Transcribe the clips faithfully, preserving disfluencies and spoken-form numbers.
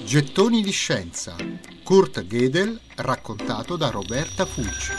Gettoni di scienza. Kurt Gödel raccontato da Roberta Fulci.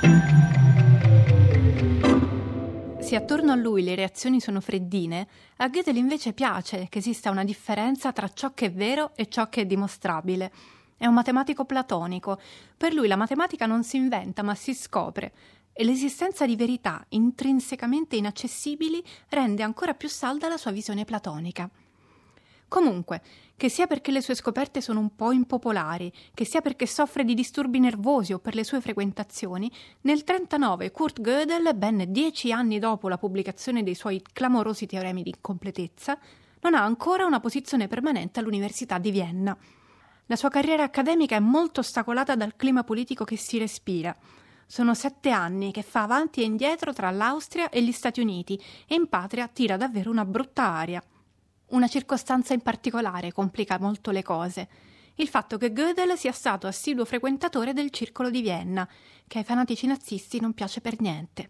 Se attorno a lui le reazioni sono freddine, a Gödel invece piace che esista una differenza tra ciò che è vero e ciò che è dimostrabile. È un matematico platonico. Per lui la matematica non si inventa, ma si scopre. E l'esistenza di verità intrinsecamente inaccessibili rende ancora più salda la sua visione platonica. Comunque, che sia perché le sue scoperte sono un po' impopolari, che sia perché soffre di disturbi nervosi o per le sue frequentazioni, nel trentanove Kurt Gödel, ben dieci anni dopo la pubblicazione dei suoi clamorosi teoremi di incompletezza, non ha ancora una posizione permanente all'Università di Vienna. La sua carriera accademica è molto ostacolata dal clima politico che si respira. Sono sette anni che fa avanti e indietro tra l'Austria e gli Stati Uniti e in patria tira davvero una brutta aria. Una circostanza in particolare complica molto le cose: il fatto che Gödel sia stato assiduo frequentatore del circolo di Vienna, che ai fanatici nazisti non piace per niente.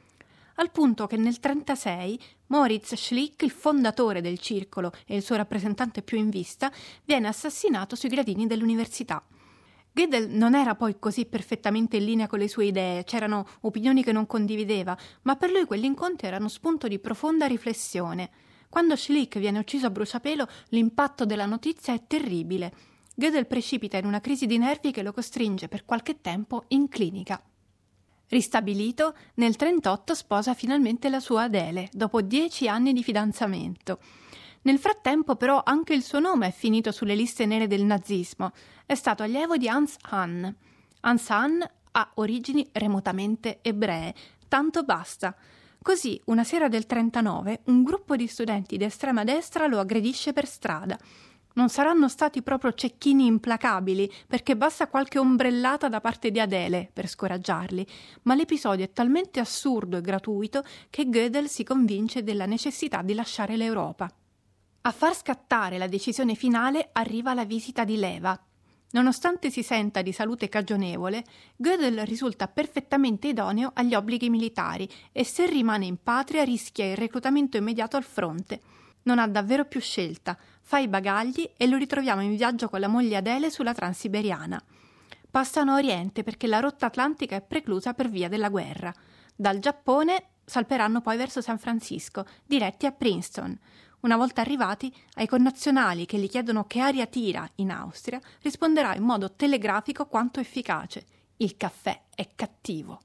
Al punto che nel trentasei Moritz Schlick, il fondatore del circolo e il suo rappresentante più in vista, viene assassinato sui gradini dell'università. Gödel non era poi così perfettamente in linea con le sue idee, c'erano opinioni che non condivideva, ma per lui quegli incontri erano spunto di profonda riflessione. Quando Schlick viene ucciso a bruciapelo, l'impatto della notizia è terribile. Gödel precipita in una crisi di nervi che lo costringe per qualche tempo in clinica. Ristabilito, nel trentotto sposa finalmente la sua Adele, dopo dieci anni di fidanzamento. Nel frattempo, però, anche il suo nome è finito sulle liste nere del nazismo. È stato allievo di Hans Hahn. Hans Hahn ha origini remotamente ebree, tanto basta. Così, una sera del trentanove, un gruppo di studenti di estrema destra lo aggredisce per strada. Non saranno stati proprio cecchini implacabili, perché basta qualche ombrellata da parte di Adele per scoraggiarli, ma l'episodio è talmente assurdo e gratuito che Gödel si convince della necessità di lasciare l'Europa. A far scattare la decisione finale arriva la visita di leva. Nonostante si senta di salute cagionevole, Gödel risulta perfettamente idoneo agli obblighi militari e se rimane in patria rischia il reclutamento immediato al fronte. Non ha davvero più scelta, fa i bagagli e lo ritroviamo in viaggio con la moglie Adele sulla Transiberiana. Passano a Oriente perché la rotta atlantica è preclusa per via della guerra. Dal Giappone salperanno poi verso San Francisco, diretti a Princeton. Una volta arrivati, ai connazionali che gli chiedono che aria tira in Austria, risponderà in modo telegrafico quanto efficace: il caffè è cattivo.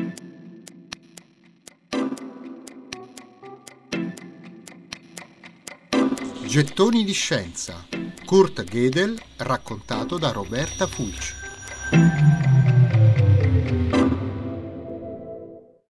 Gettoni di scienza. Kurt Gödel raccontato da Roberta Fulci.